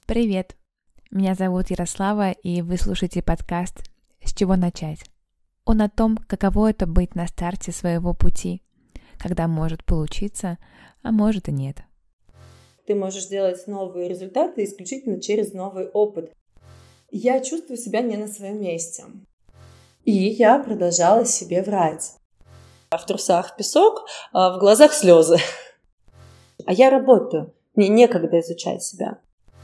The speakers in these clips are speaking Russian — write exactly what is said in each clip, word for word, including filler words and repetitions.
Привет! Меня зовут Ярослава, и вы слушаете подкаст «С чего начать?». Он о том, каково это быть на старте своего пути, когда может получиться, а может и нет. Ты можешь делать новые результаты исключительно через новый опыт. Я чувствую себя не на своем месте. И я продолжала себе врать. В трусах песок, а в глазах слезы. А я работаю. Мне некогда изучать себя.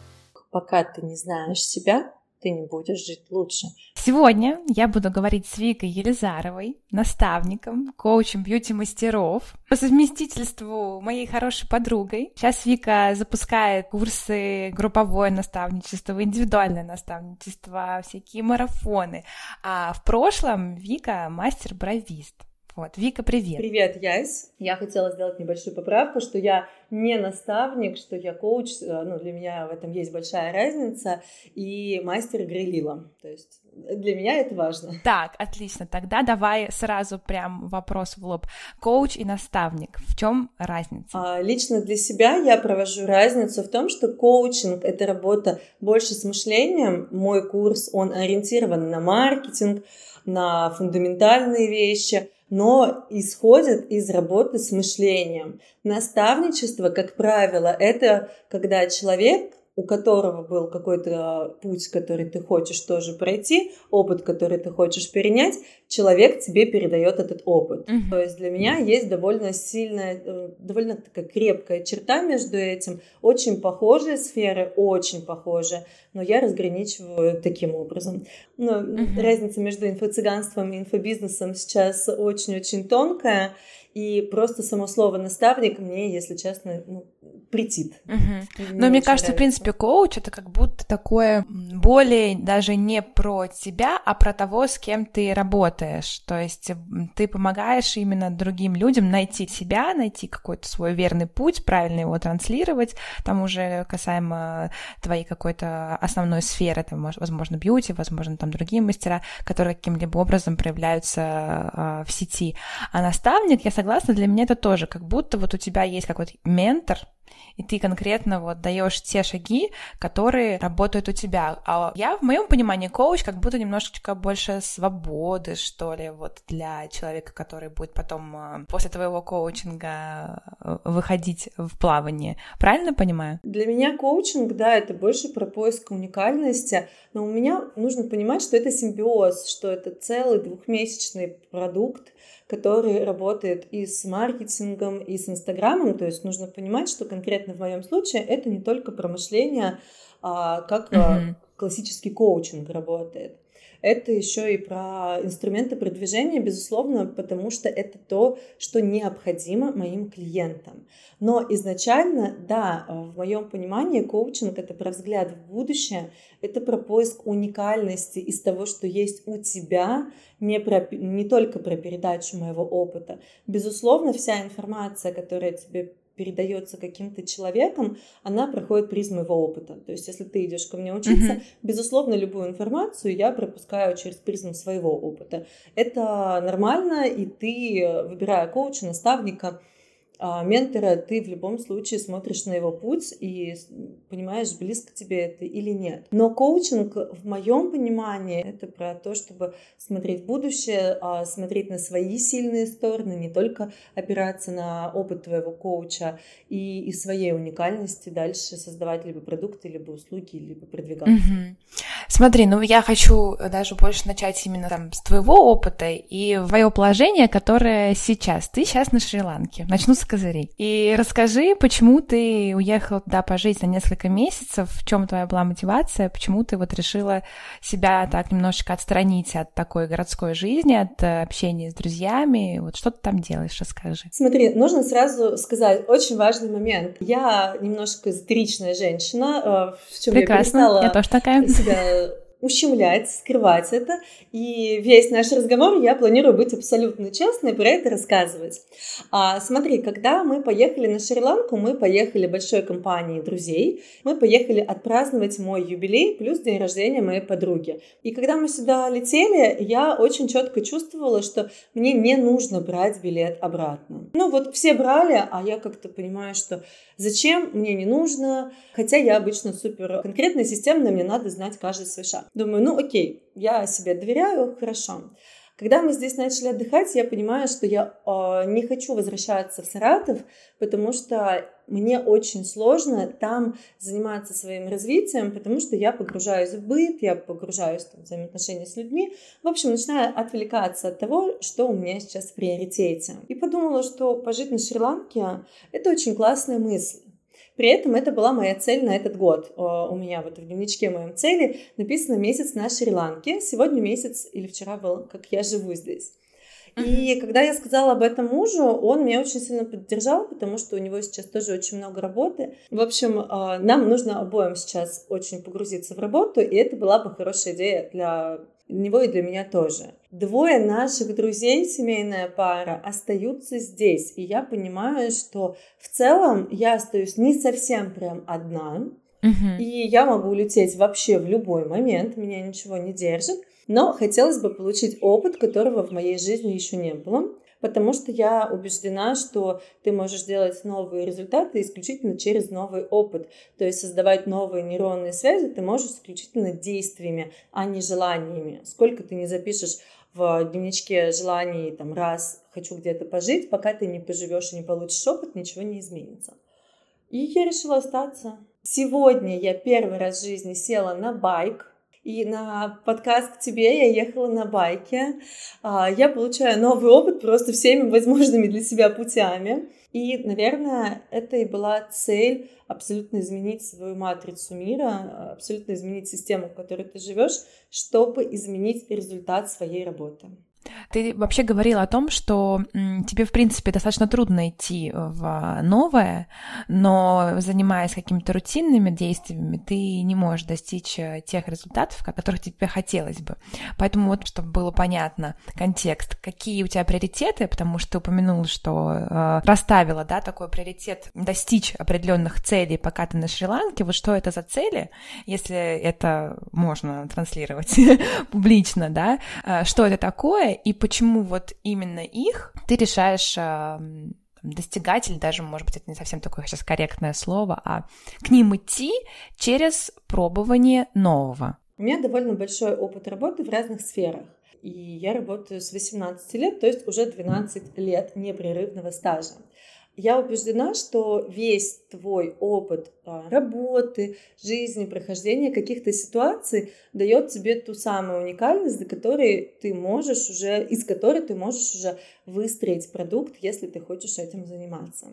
Пока ты не знаешь себя, ты не будешь жить лучше. Сегодня я буду говорить с Викой Елизаровой, наставником, коучем бьюти-мастеров, по совместительству моей хорошей подругой. Сейчас Вика запускает курсы групповое наставничество, индивидуальное наставничество, всякие марафоны. А в прошлом Вика мастер-бровист. Вот, Вика, привет. Привет, Ясь. Я хотела сделать небольшую поправку, что я не наставник, что я коуч, ну, для меня в этом есть большая разница, и мастер Грилила. То есть для меня это важно. Так, отлично. Тогда давай сразу прям вопрос в лоб. Коуч и наставник. В чем разница? А, лично для себя я провожу разницу в том, что коучинг — это работа больше с мышлением. Мой курс, он ориентирован на маркетинг, на фундаментальные вещи, но исходит из работы с мышлением. Наставничество, как правило, это когда человек, у которого был какой-то путь, который ты хочешь тоже пройти, опыт, который ты хочешь перенять, человек тебе передает этот опыт. Mm-hmm. То есть для меня есть довольно сильная, довольно такая крепкая черта между этим. Очень похожие сферы, очень похожие, но я разграничиваю таким образом. Но mm-hmm. разница между инфо-цыганством и инфобизнесом сейчас очень-очень тонкая. И просто само слово «наставник» мне, если честно, ну, претит. Угу. Но мне кажется, нравится. В принципе, коуч — это как будто такое более даже не про тебя, а про того, с кем ты работаешь. То есть ты помогаешь именно другим людям найти себя, найти какой-то свой верный путь, правильно его транслировать. Там уже касаемо твоей какой-то основной сферы, там, возможно, бьюти, возможно, там другие мастера, которые каким-либо образом проявляются э, в сети. А наставник, я согласна, для меня это тоже как будто вот у тебя есть какой-то ментор, и ты конкретно вот даешь те шаги, которые работают у тебя. А я, в моем понимании, коуч как будто немножечко больше свободы, что ли, вот для человека, который будет потом после твоего коучинга выходить в плавание. Правильно понимаю? Для меня коучинг, да, это больше про поиск уникальности, но у меня нужно понимать, что это симбиоз, что это целый двухмесячный продукт, который работает и с маркетингом, и с Инстаграмом. То есть нужно понимать, что конкретно в моем случае это не только про мышление, а как mm-hmm. классический коучинг работает. Это еще и про инструменты продвижения, безусловно, потому что это то, что необходимо моим клиентам. Но изначально, да, в моем понимании коучинг — это про взгляд в будущее, это про поиск уникальности из того, что есть у тебя, не, про, не только про передачу моего опыта. Безусловно, вся информация, которая тебе передается каким-то человеком, она проходит призму его опыта. То есть, если ты идешь ко мне учиться, mm-hmm. безусловно, любую информацию я пропускаю через призму своего опыта. Это нормально, и ты, выбирая коуча, наставника, ментора, ты в любом случае смотришь на его путь и понимаешь, близко тебе это или нет. Но коучинг, в моем понимании, это про то, чтобы смотреть в будущее, смотреть на свои сильные стороны, не только опираться на опыт твоего коуча и, и своей уникальности дальше создавать либо продукты, либо услуги, либо продвигаться. Mm-hmm. Смотри, ну я хочу даже больше начать именно там с твоего опыта и твоего положения, которое сейчас. Ты сейчас на Шри-Ланке. Начну с козырей. И расскажи, почему ты уехала туда пожить на несколько месяцев, в чем твоя была мотивация, почему ты вот решила себя так немножечко отстранить от такой городской жизни, от общения с друзьями. Вот что ты там делаешь, расскажи. Смотри, нужно сразу сказать очень важный момент. Я немножко эзотеричная женщина, в чем Прекрасно, я перестала я тоже такая. себя ущемлять, скрывать это. И весь наш разговор я планирую быть абсолютно честной и про это рассказывать. А, смотри, когда мы поехали на Шри-Ланку, мы поехали большой компанией друзей. Мы поехали отпраздновать мой юбилей плюс день рождения моей подруги. И когда мы сюда летели, я очень четко чувствовала, что мне не нужно брать билет обратно. Ну вот все брали, а я как-то понимаю, что зачем, мне не нужно. Хотя я обычно супер конкретная, системная, мне надо знать каждый свой шаг. Думаю, ну окей, я себе доверяю, хорошо. Когда мы здесь начали отдыхать, я понимаю, что я э, не хочу возвращаться в Саратов, потому что мне очень сложно там заниматься своим развитием, потому что я погружаюсь в быт, я погружаюсь там, в взаимоотношения с людьми. В общем, начинаю отвлекаться от того, что у меня сейчас в приоритете. И подумала, что пожить на Шри-Ланке – это очень классная мысль. При этом это была моя цель на этот год. У меня вот в дневничке моем цели написано месяц на Шри-Ланке. Сегодня месяц или вчера был, как я живу здесь. И когда я сказала об этом мужу, он меня очень сильно поддержал, потому что у него сейчас тоже очень много работы. В общем, нам нужно обоим сейчас очень погрузиться в работу, и это была бы хорошая идея для него и для меня тоже. Двое наших друзей, семейная пара, остаются здесь, и я понимаю, что в целом я остаюсь не совсем прям одна, uh-huh. и я могу улететь вообще в любой момент, меня ничего не держит. Но хотелось бы получить опыт, которого в моей жизни еще не было, потому что я убеждена, что ты можешь делать новые результаты исключительно через новый опыт. То есть создавать новые нейронные связи ты можешь исключительно действиями, а не желаниями. Сколько ты не запишешь в дневничке желаний там, раз «хочу где-то пожить», пока ты не поживешь и не получишь опыт, ничего не изменится. И я решила остаться. Сегодня я первый раз в жизни села на байк. И на подкаст к тебе я ехала на байке. Я получаю новый опыт просто всеми возможными для себя путями. И, наверное, это и была цель абсолютно изменить свою матрицу мира, абсолютно изменить систему, в которой ты живешь, чтобы изменить результат своей работы. Ты вообще говорила о том, что тебе, в принципе, достаточно трудно идти в новое, но занимаясь какими-то рутинными действиями, ты не можешь достичь тех результатов, которых тебе хотелось бы. Поэтому вот, чтобы было понятно контекст, какие у тебя приоритеты, потому что ты упомянула, что э, расставила, да, такой приоритет достичь определенных целей, пока ты на Шри-Ланке. Вот что это за цели, если это можно транслировать публично, да, что это такое, и почему вот именно их ты решаешь э, достигать, или даже, может быть, это не совсем такое сейчас корректное слово, а к ним идти через пробование нового. У меня довольно большой опыт работы в разных сферах. И я работаю с восемнадцати лет, то есть уже двенадцать лет непрерывного стажа. Я убеждена, что весь твой опыт работы, жизни, прохождения каких-то ситуаций дает тебе ту самую уникальность, за которой ты можешь уже, из которой ты можешь уже выстроить продукт, если ты хочешь этим заниматься.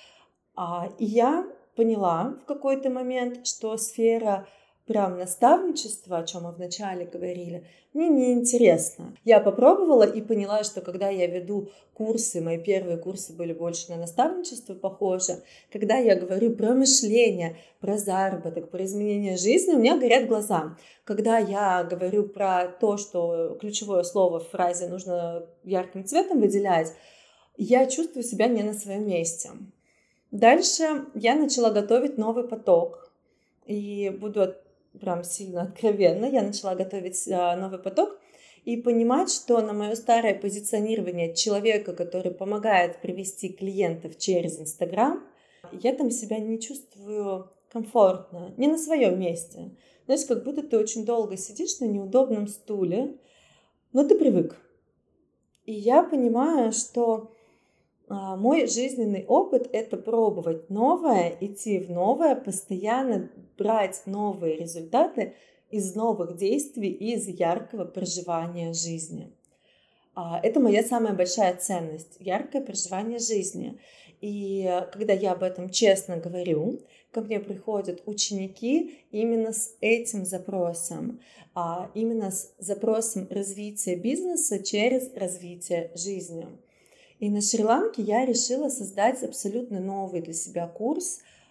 И я поняла в какой-то момент, что сфера прям наставничества, о чем мы вначале говорили, мне неинтересно. Я попробовала и поняла, что когда я веду курсы, мои первые курсы были больше на наставничество похожи, когда я говорю про мышление, про заработок, про изменение жизни, у меня горят глаза. Когда я говорю про то, что ключевое слово в фразе нужно ярким цветом выделять, я чувствую себя не на своем месте. Дальше я начала готовить новый поток. И буду прям сильно откровенно, я начала готовить новый поток и понимать, что на мое старое позиционирование человека, который помогает привести клиентов через Инстаграм, я там себя не чувствую комфортно, не на своем месте. Знаешь, как будто ты очень долго сидишь на неудобном стуле, но ты привык. И я понимаю, что мой жизненный опыт – это пробовать новое, идти в новое, постоянно брать новые результаты из новых действий и из яркого проживания жизни. Это моя самая большая ценность – яркое проживание жизни. И когда я об этом честно говорю, ко мне приходят ученики именно с этим запросом, именно с запросом развития бизнеса через развитие жизни. И на Шри-Ланке я решила создать абсолютно новый для себя курс,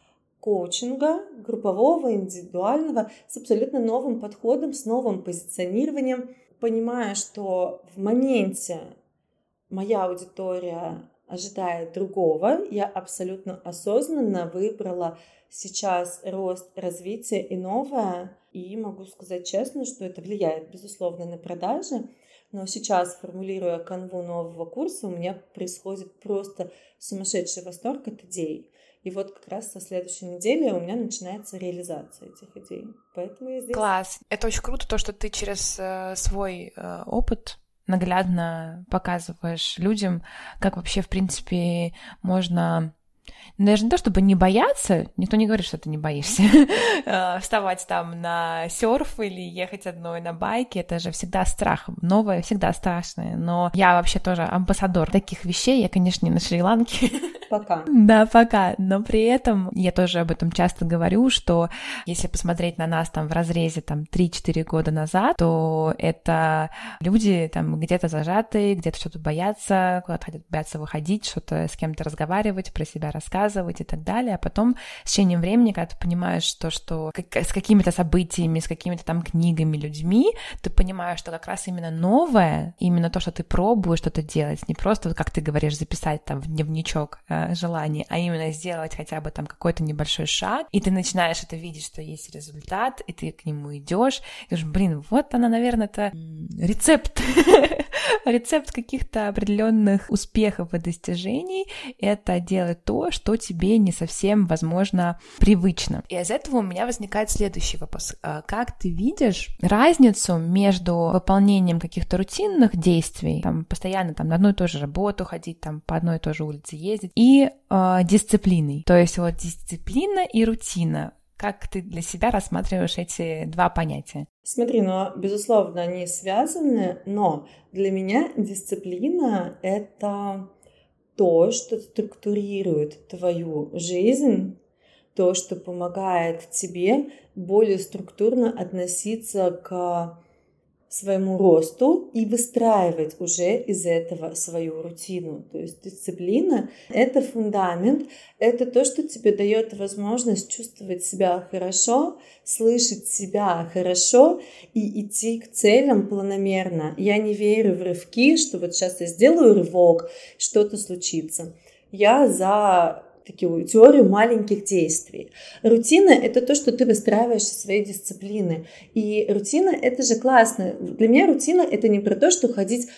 коучинга, группового, индивидуального, с абсолютно новым подходом, с новым позиционированием, понимая, что в моменте моя аудитория ожидает другого, я абсолютно осознанно выбрала сейчас рост, развитие и новое, и могу сказать честно, что это влияет, безусловно, на продажи, но сейчас, формулируя канву нового курса, у меня происходит просто сумасшедший восторг от идей. И вот как раз со следующей недели у меня начинается реализация этих идей. Поэтому я здесь... Класс! Это очень круто, то, что ты через э, свой э, опыт наглядно показываешь людям, как вообще, в принципе, можно... Даже не то, чтобы не бояться, никто не говорит, что ты не боишься, вставать там на серф или ехать одной на байке, это же всегда страх, новое всегда страшное, но я вообще тоже амбассадор таких вещей, я, конечно, не на Шри-Ланке. Пока. Да, пока, но при этом я тоже об этом часто говорю, что если посмотреть на нас там в разрезе там три-четыре года назад, то это люди там где-то зажатые, где-то что-то боятся, куда-то хотят боятся выходить, что-то с кем-то разговаривать, про себя рассказывать и так далее, а потом с течением времени, когда ты понимаешь то, что с какими-то событиями, с какими-то там книгами, людьми, ты понимаешь, что как раз именно новое, именно то, что ты пробуешь что-то делать, не просто, как ты говоришь, записать там в дневничок э, желаний, а именно сделать хотя бы там какой-то небольшой шаг, и ты начинаешь это видеть, что есть результат, и ты к нему идешь, и говоришь, блин, вот она, наверное, это рецепт, рецепт каких-то определенных успехов и достижений, это делать то, что тебе не совсем, возможно, привычно. И из этого у меня возникает следующий вопрос. Как ты видишь разницу между выполнением каких-то рутинных действий, там, постоянно там, на одну и ту же работу ходить, там, по одной и той же улице ездить, и э, дисциплиной? То есть вот дисциплина и рутина. Как ты для себя рассматриваешь эти два понятия? Смотри, ну, безусловно, они связаны, но для меня дисциплина — это то, что структурирует твою жизнь, то, что помогает тебе более структурно относиться к своему росту и выстраивать уже из этого свою рутину. То есть дисциплина — это фундамент, это то, что тебе дает возможность чувствовать себя хорошо, слышать себя хорошо и идти к целям планомерно. Я не верю в рывки, что вот сейчас я сделаю рывок, что-то случится. Я за такую теорию маленьких действий. Рутина — это то, что ты выстраиваешь из своей дисциплины. И рутина — это же классно. Для меня рутина — это не про то, что ходить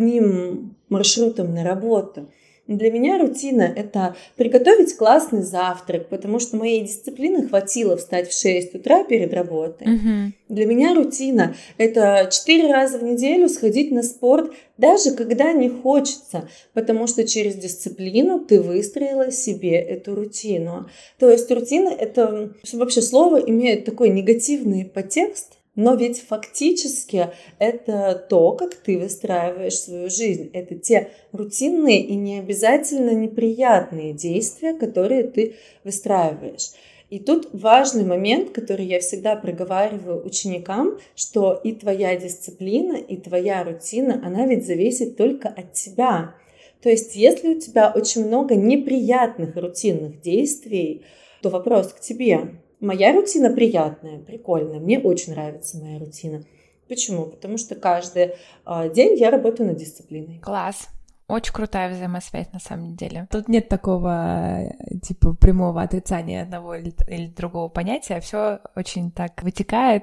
одним маршрутом на работу. Для меня рутина — это приготовить классный завтрак, потому что моей дисциплины хватило встать в шесть утра перед работой. Mm-hmm. Для меня рутина — это четыре раза в неделю сходить на спорт, даже когда не хочется, потому что через дисциплину ты выстроила себе эту рутину. То есть рутина — это вообще слово имеет такой негативный подтекст, но ведь фактически это то, как ты выстраиваешь свою жизнь. Это те рутинные и не обязательно неприятные действия, которые ты выстраиваешь. И тут важный момент, который я всегда проговариваю ученикам, что и твоя дисциплина, и твоя рутина, она ведь зависит только от тебя. То есть если у тебя очень много неприятных рутинных действий, то вопрос к тебе. Моя рутина приятная, прикольная, мне очень нравится моя рутина. Почему? Потому что каждый э, день я работаю над дисциплиной. Класс. Очень крутая взаимосвязь на самом деле. Тут нет такого типа прямого отрицания одного или, или другого понятия, все очень так вытекает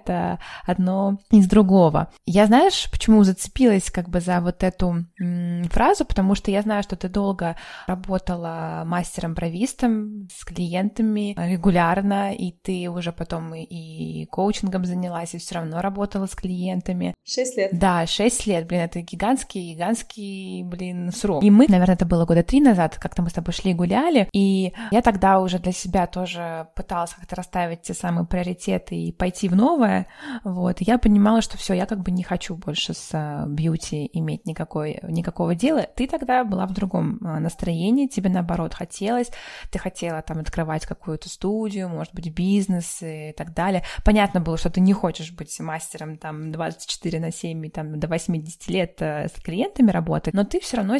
одно из другого. Я, знаешь, почему зацепилась как бы за вот эту м, фразу, потому что я знаю, что ты долго работала мастером-бровистом с клиентами регулярно, и ты уже потом и, и коучингом занялась, и все равно работала с клиентами. Шесть лет. Да, шесть лет, блин, это гигантский, гигантский, блин, срок. И мы, наверное, это было года три назад, как-то мы с тобой шли и гуляли, и я тогда уже для себя тоже пыталась как-то расставить те самые приоритеты и пойти в новое, вот, и я понимала, что все, я как бы не хочу больше с бьюти иметь никакой, никакого дела. Ты тогда была в другом настроении, тебе, наоборот, хотелось, ты хотела там открывать какую-то студию, может быть, бизнес и так далее. Понятно было, что ты не хочешь быть мастером там двадцать четыре на семь, там, до восемьдесят лет с клиентами работать, но ты все равно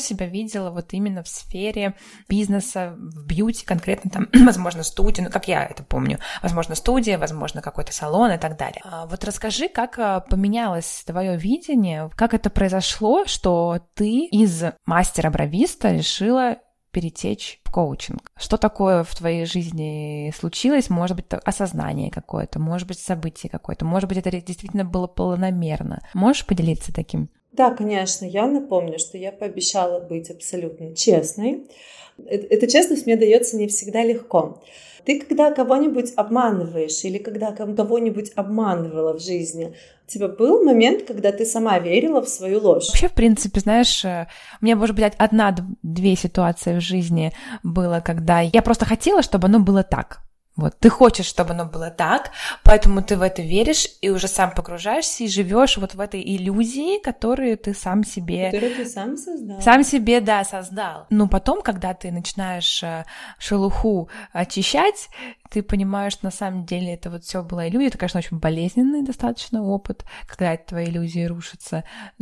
себя видела вот именно в сфере бизнеса, в бьюти, конкретно там, возможно, студия, ну, как я это помню, возможно, студия, возможно, какой-то салон и так далее. А вот расскажи, как поменялось твое видение, как это произошло, что ты из мастера-бровиста решила перетечь в коучинг. Что такое в твоей жизни случилось? Может быть, осознание какое-то, может быть, событие какое-то, может быть, это действительно было планомерно. Можешь поделиться таким? Да, конечно. Я напомню, что я пообещала быть абсолютно честной. Эта честность мне дается не всегда легко. Ты когда кого-нибудь обманываешь или когда кого-нибудь обманывала в жизни, у тебя был момент, когда ты сама верила в свою ложь? Вообще, в принципе, знаешь, у меня, может быть, одна-две ситуации в жизни было, когда я просто хотела, чтобы оно было так. Вот, ты хочешь, чтобы оно было так, поэтому ты в это веришь и уже сам погружаешься и живешь вот в этой иллюзии, которую ты сам себе... Которую ты сам создал. Сам себе, да, создал. Но потом, когда ты начинаешь шелуху очищать, ты понимаешь, что на самом деле это вот все была иллюзия. Это, конечно, очень болезненный достаточно опыт, когда твои иллюзии рушатся,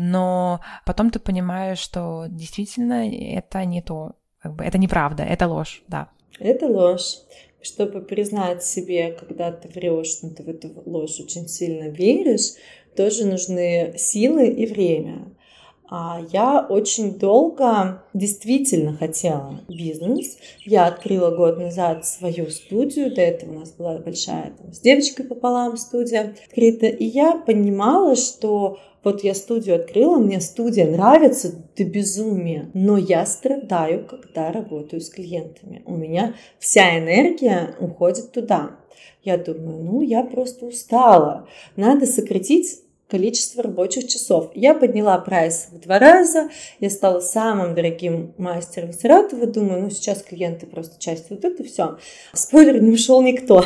но потом ты понимаешь, что действительно это не то, как бы, это неправда, это ложь, да. Это ложь. Чтобы признать себе, когда ты врешь, но ты в эту ложь очень сильно веришь, тоже нужны силы и время. А я очень долго действительно хотела бизнес. Я открыла год назад свою студию. До этого у нас была большая там, с девочкой пополам студия открыта. И я понимала, что вот я студию открыла, мне студия нравится до безумия, но я страдаю, когда работаю с клиентами. У меня вся энергия уходит туда. Я думаю, ну, я просто устала. Надо сократить количество рабочих часов. Я подняла прайс в два раза, я стала самым дорогим мастером Саратова. Думаю, ну сейчас клиенты просто часть вот это все. Спойлер, не ушел никто.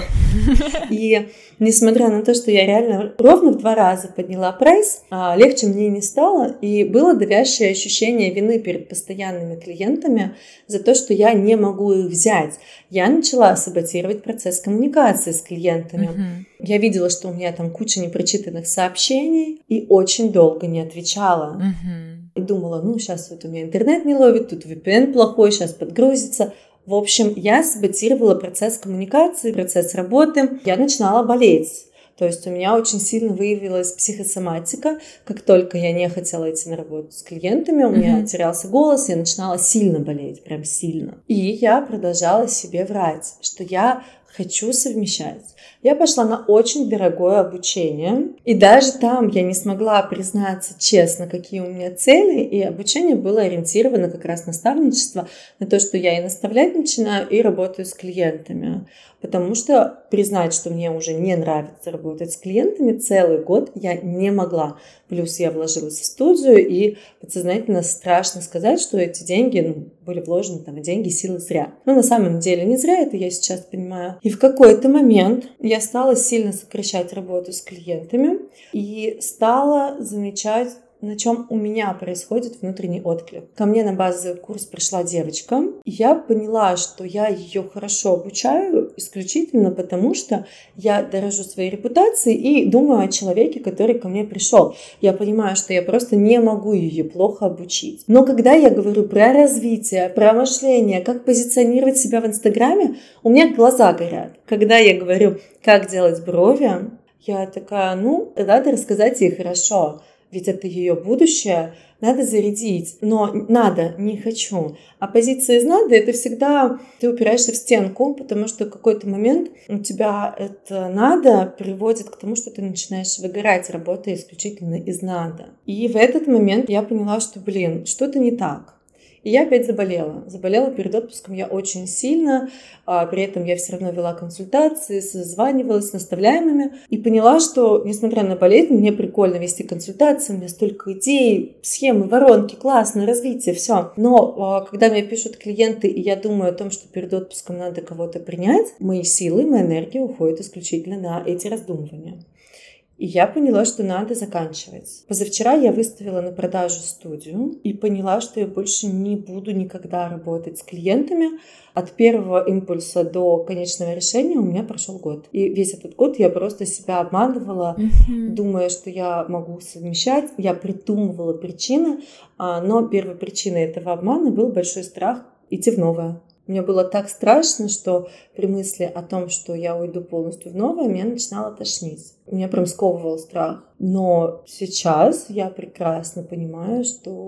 И несмотря на то, что я реально ровно в два раза подняла прайс, легче мне не стало. И было давящее ощущение вины перед постоянными клиентами за то, что я не могу их взять. Я начала саботировать процесс коммуникации с клиентами. Uh-huh. Я видела, что у меня там куча непрочитанных сообщений и очень долго не отвечала. Uh-huh. И думала, ну сейчас вот у меня интернет не ловит, тут ви пи эн плохой, сейчас подгрузится. В общем, я саботировала процесс коммуникации, процесс работы. Я начинала болеть. То есть у меня очень сильно выявилась психосоматика. Как только я не хотела идти на работу с клиентами, у меня mm-hmm. терялся голос, я начинала сильно болеть, прям сильно. И я продолжала себе врать, что я хочу совмещать. Я пошла на очень дорогое обучение, и даже там я не смогла признаться честно, какие у меня цели, и обучение было ориентировано как раз наставничество, на то, что я и наставлять начинаю, и работаю с клиентами. Потому что признать, что мне уже не нравится работать с клиентами, целый год я не могла. Плюс я вложилась в студию, и подсознательно страшно сказать, что эти деньги ну, были вложены, там, деньги, силы зря. Но на самом деле не зря, это я сейчас понимаю. И в какой-то момент я стала сильно сокращать работу с клиентами и стала замечать, на чем у меня происходит внутренний отклик. Ко мне на базовый курс пришла девочка, и я поняла, что я ее хорошо обучаю исключительно потому, что я дорожу своей репутацией и думаю о человеке, который ко мне пришел. Я понимаю, что я просто не могу ее плохо обучить. Но когда я говорю про развитие, про мышление, как позиционировать себя в Инстаграме, у меня глаза горят. Когда я говорю, как делать брови, я такая, ну, надо рассказать ей хорошо. Ведь это ее будущее, надо зарядить, но надо, не хочу. А позиция из надо, это всегда ты упираешься в стенку, потому что в какой-то момент у тебя это надо приводит к тому, что ты начинаешь выгорать, работая исключительно из надо. И в этот момент я поняла, что, блин, что-то не так. И я опять заболела. Заболела перед отпуском я очень сильно, а при этом я все равно вела консультации, созванивалась с наставляемыми и поняла, что, несмотря на болезнь, мне прикольно вести консультации, у меня столько идей, схемы, воронки, классно, развитие, все. Но а, когда мне пишут клиенты, и я думаю о том, что перед отпуском надо кого-то принять, мои силы, моя энергия уходит исключительно на эти раздумывания. И я поняла, что надо заканчивать. Позавчера я выставила на продажу студию и поняла, что я больше не буду никогда работать с клиентами. От первого импульса до конечного решения у меня прошел год. И весь этот год я просто себя обманывала, mm-hmm. думая, что я могу совмещать. Я придумывала причины, но первой причиной этого обмана был большой страх идти в новое. Мне было так страшно, что при мысли о том, что я уйду полностью в новое, меня начинало тошнить. Меня прям сковывал страх. Но сейчас я прекрасно понимаю,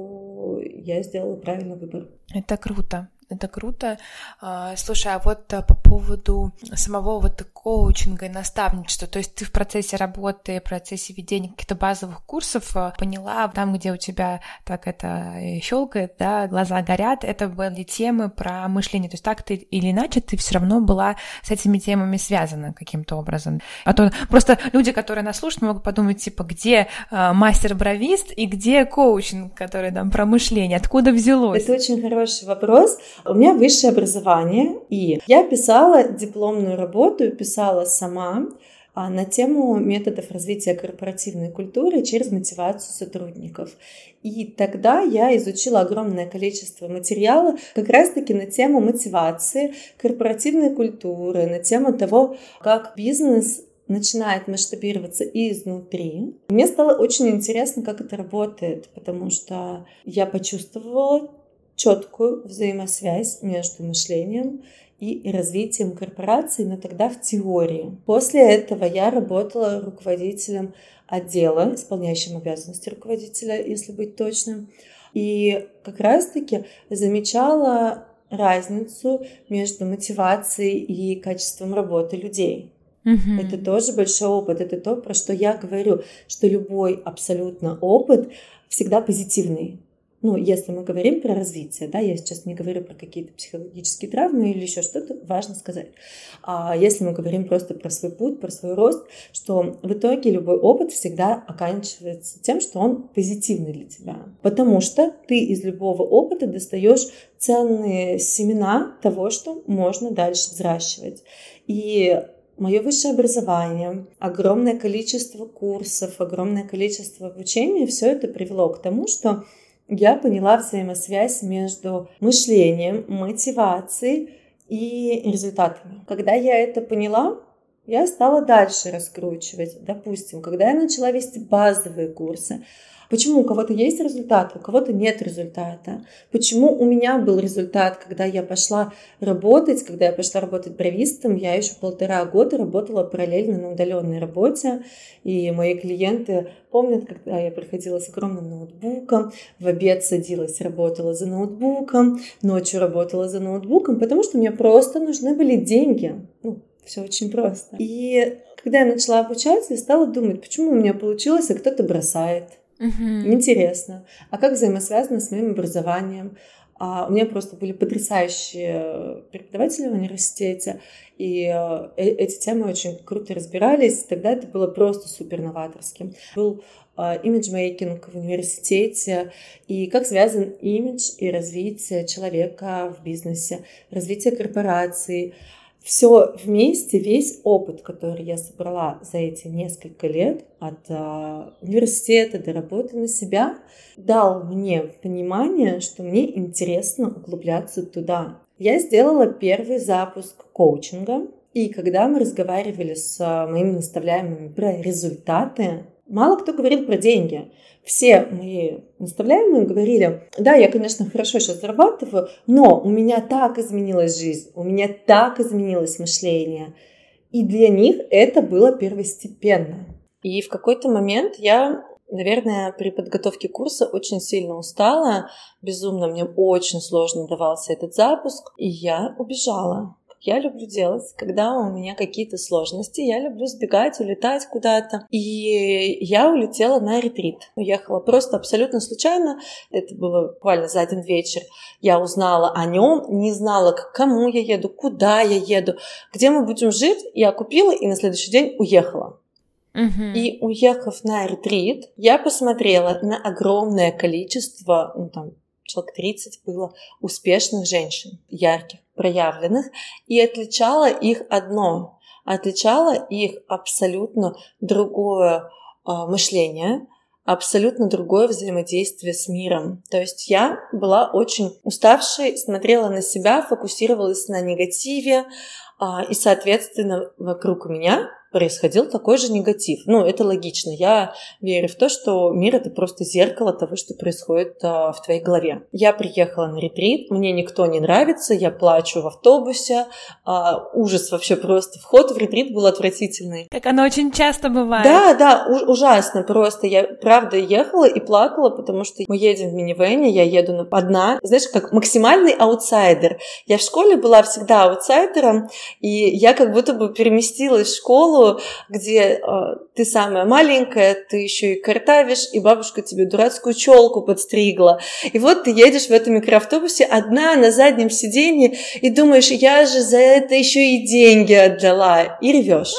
что я сделала правильный выбор. Это круто. Это круто. Слушай, а вот по поводу самого вот коучинга и наставничества, то есть ты в процессе работы, в процессе ведения каких-то базовых курсов поняла, там, где у тебя так это щелкает, да, глаза горят, это были темы про мышление, то есть так ты или иначе ты все равно была с этими темами связана каким-то образом. А то просто люди, которые нас слушают, могут подумать, типа, где мастер-бровист и где коучинг, который там про мышление, откуда взялось? Это очень хороший вопрос. У меня высшее образование, и я писала дипломную работу, писала сама на тему методов развития корпоративной культуры через мотивацию сотрудников. И тогда я изучила огромное количество материала как раз-таки на тему мотивации, корпоративной культуры, на тему того, как бизнес начинает масштабироваться изнутри. Мне стало очень интересно, как это работает, потому что я почувствовала четкую взаимосвязь между мышлением и развитием корпорации, но тогда в теории. После этого я работала руководителем отдела, исполняющим обязанности руководителя, если быть точным, и как раз-таки замечала разницу между мотивацией и качеством работы людей. Mm-hmm. Это тоже большой опыт, это то, про что я говорю, что любой абсолютно опыт всегда позитивный. Ну, если мы говорим про развитие, да, я сейчас не говорю про какие-то психологические травмы или еще что-то, важно сказать. А если мы говорим просто про свой путь, про свой рост, что в итоге любой опыт всегда оканчивается тем, что он позитивный для тебя. Потому что ты из любого опыта достаешь ценные семена того, что можно дальше взращивать. И мое высшее образование, огромное количество курсов, огромное количество обучения, все это привело к тому, что я поняла взаимосвязь между мышлением, мотивацией и результатами. Когда я это поняла, я стала дальше раскручивать. Допустим, когда я начала вести базовые курсы, почему у кого-то есть результат, у кого-то нет результата? Почему у меня был результат, когда я пошла работать, когда я пошла работать бровистом, я еще полтора года работала параллельно на удаленной работе, и мои клиенты помнят, когда я приходила с огромным ноутбуком, в обед садилась, работала за ноутбуком, ночью работала за ноутбуком, потому что мне просто нужны были деньги. Ну, все очень просто. И когда я начала обучаться, я стала думать, почему у меня получилось, а кто-то бросает. Uh-huh. Интересно. А как взаимосвязано с моим образованием? А у меня просто были потрясающие преподаватели в университете, и э- эти темы очень круто разбирались. Тогда это было просто супер новаторским. Был э- имиджмейкинг в университете, и как связан имидж и развитие человека в бизнесе, развитие корпорации. Все вместе, весь опыт, который я собрала за эти несколько лет от а, университета до работы на себя, дал мне понимание, что мне интересно углубляться туда. Я сделала первый запуск коучинга, и когда мы разговаривали с а, моими наставляемыми про результаты, мало кто говорил про деньги. Все мои наставляемые говорили, да, я, конечно, хорошо сейчас зарабатываю, но у меня так изменилась жизнь, у меня так изменилось мышление. И для них это было первостепенно. И в какой-то момент я, наверное, при подготовке курса очень сильно устала, безумно мне очень сложно давался этот запуск, и я убежала. Я люблю делать, когда у меня какие-то сложности, я люблю сбегать, улетать куда-то. И я улетела на ретрит. Уехала просто абсолютно случайно. Это было буквально за один вечер. Я узнала о нем, не знала, к кому я еду, куда я еду, где мы будем жить. Я купила и на следующий день уехала. Uh-huh. И уехав на ретрит, я посмотрела на огромное количество, ну там, человек тридцать было, успешных женщин, ярких, проявленных, и отличало их одно. отличало их абсолютно другое а, мышление, абсолютно другое взаимодействие с миром. То есть я была очень уставшей, смотрела на себя, фокусировалась на негативе, а, и, соответственно, вокруг меня происходил такой же негатив. Ну, это логично. Я верю в то, что мир — это просто зеркало того, что происходит а, в твоей голове. Я приехала на ретрит, мне никто не нравится, я плачу в автобусе. А, ужас вообще просто. Вход в ретрит был отвратительный. Как оно очень часто бывает. Да, да, у- ужасно просто. Я, правда, ехала и плакала, потому что мы едем в минивэне, я еду одна. Знаешь, как максимальный аутсайдер. Я в школе была всегда аутсайдером, и я как будто бы переместилась в школу, где э, ты самая маленькая, ты еще и картавишь, и бабушка тебе дурацкую челку подстригла. И вот ты едешь в этом микроавтобусе одна на заднем сиденье и думаешь, я же за это еще и деньги отдала, и ревешь.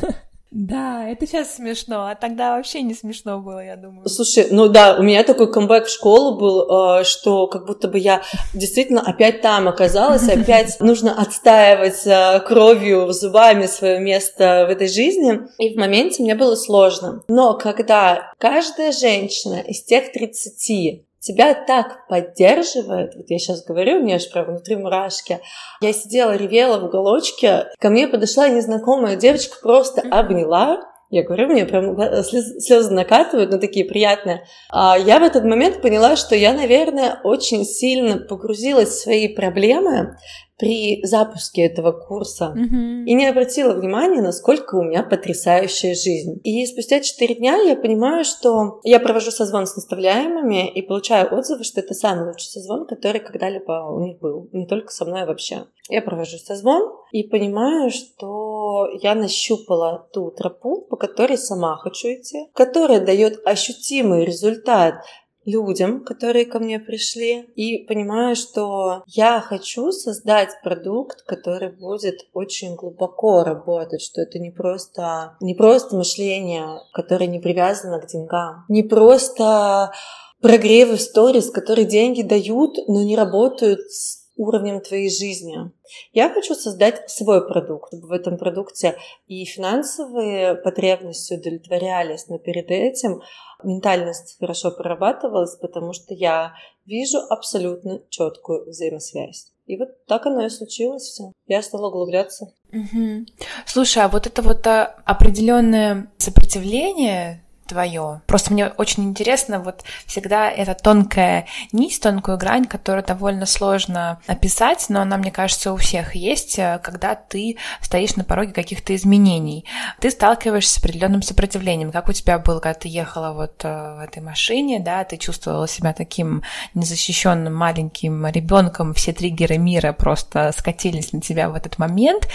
Да, это сейчас смешно, а тогда вообще не смешно было, я думаю. Слушай, ну да, у меня такой камбэк в школу был, что как будто бы я действительно опять там оказалась, опять нужно отстаивать кровью, зубами свое место в этой жизни. И в моменте мне было сложно. Но когда каждая женщина из тех тридцати тебя так поддерживает, вот я сейчас говорю, у меня аж прям внутри мурашки. Я сидела, ревела в уголочке, ко мне подошла незнакомая девочка, просто обняла. Я говорю, мне прям слезы накатывают, но такие приятные. А я в этот момент поняла, что я, наверное, очень сильно погрузилась в свои проблемы при запуске этого курса mm-hmm. и не обратила внимания, насколько у меня потрясающая жизнь. И спустя четыре дня я понимаю, что я провожу созвон с наставляемыми и получаю отзывы, что это самый лучший созвон, который когда-либо у них был. Не только со мной, а вообще. Я провожу созвон и понимаю, что я нащупала ту тропу, по которой сама хочу идти, которая дает ощутимый результат людям, которые ко мне пришли, и понимаю, что я хочу создать продукт, который будет очень глубоко работать, что это не просто, не просто мышление, которое не привязано к деньгам, не просто прогревы в сторис, которые деньги дают, но не работают с уровнем твоей жизни. Я хочу создать свой продукт, чтобы в этом продукте и финансовые потребности удовлетворялись, но перед этим ментальность хорошо прорабатывалась, потому что я вижу абсолютно четкую взаимосвязь. И вот так оно и случилось все. Я стала углубляться. Угу. Слушай, а вот это вот определенное сопротивление твое. Просто мне очень интересно вот всегда эта тонкая нить, тонкую грань, которую довольно сложно описать, но она, мне кажется, у всех есть, когда ты стоишь на пороге каких-то изменений. Ты сталкиваешься с определенным сопротивлением. Как у тебя было, когда ты ехала вот в этой машине, да, ты чувствовала себя таким незащищенным маленьким ребенком, все триггеры мира просто скатились на тебя в этот момент,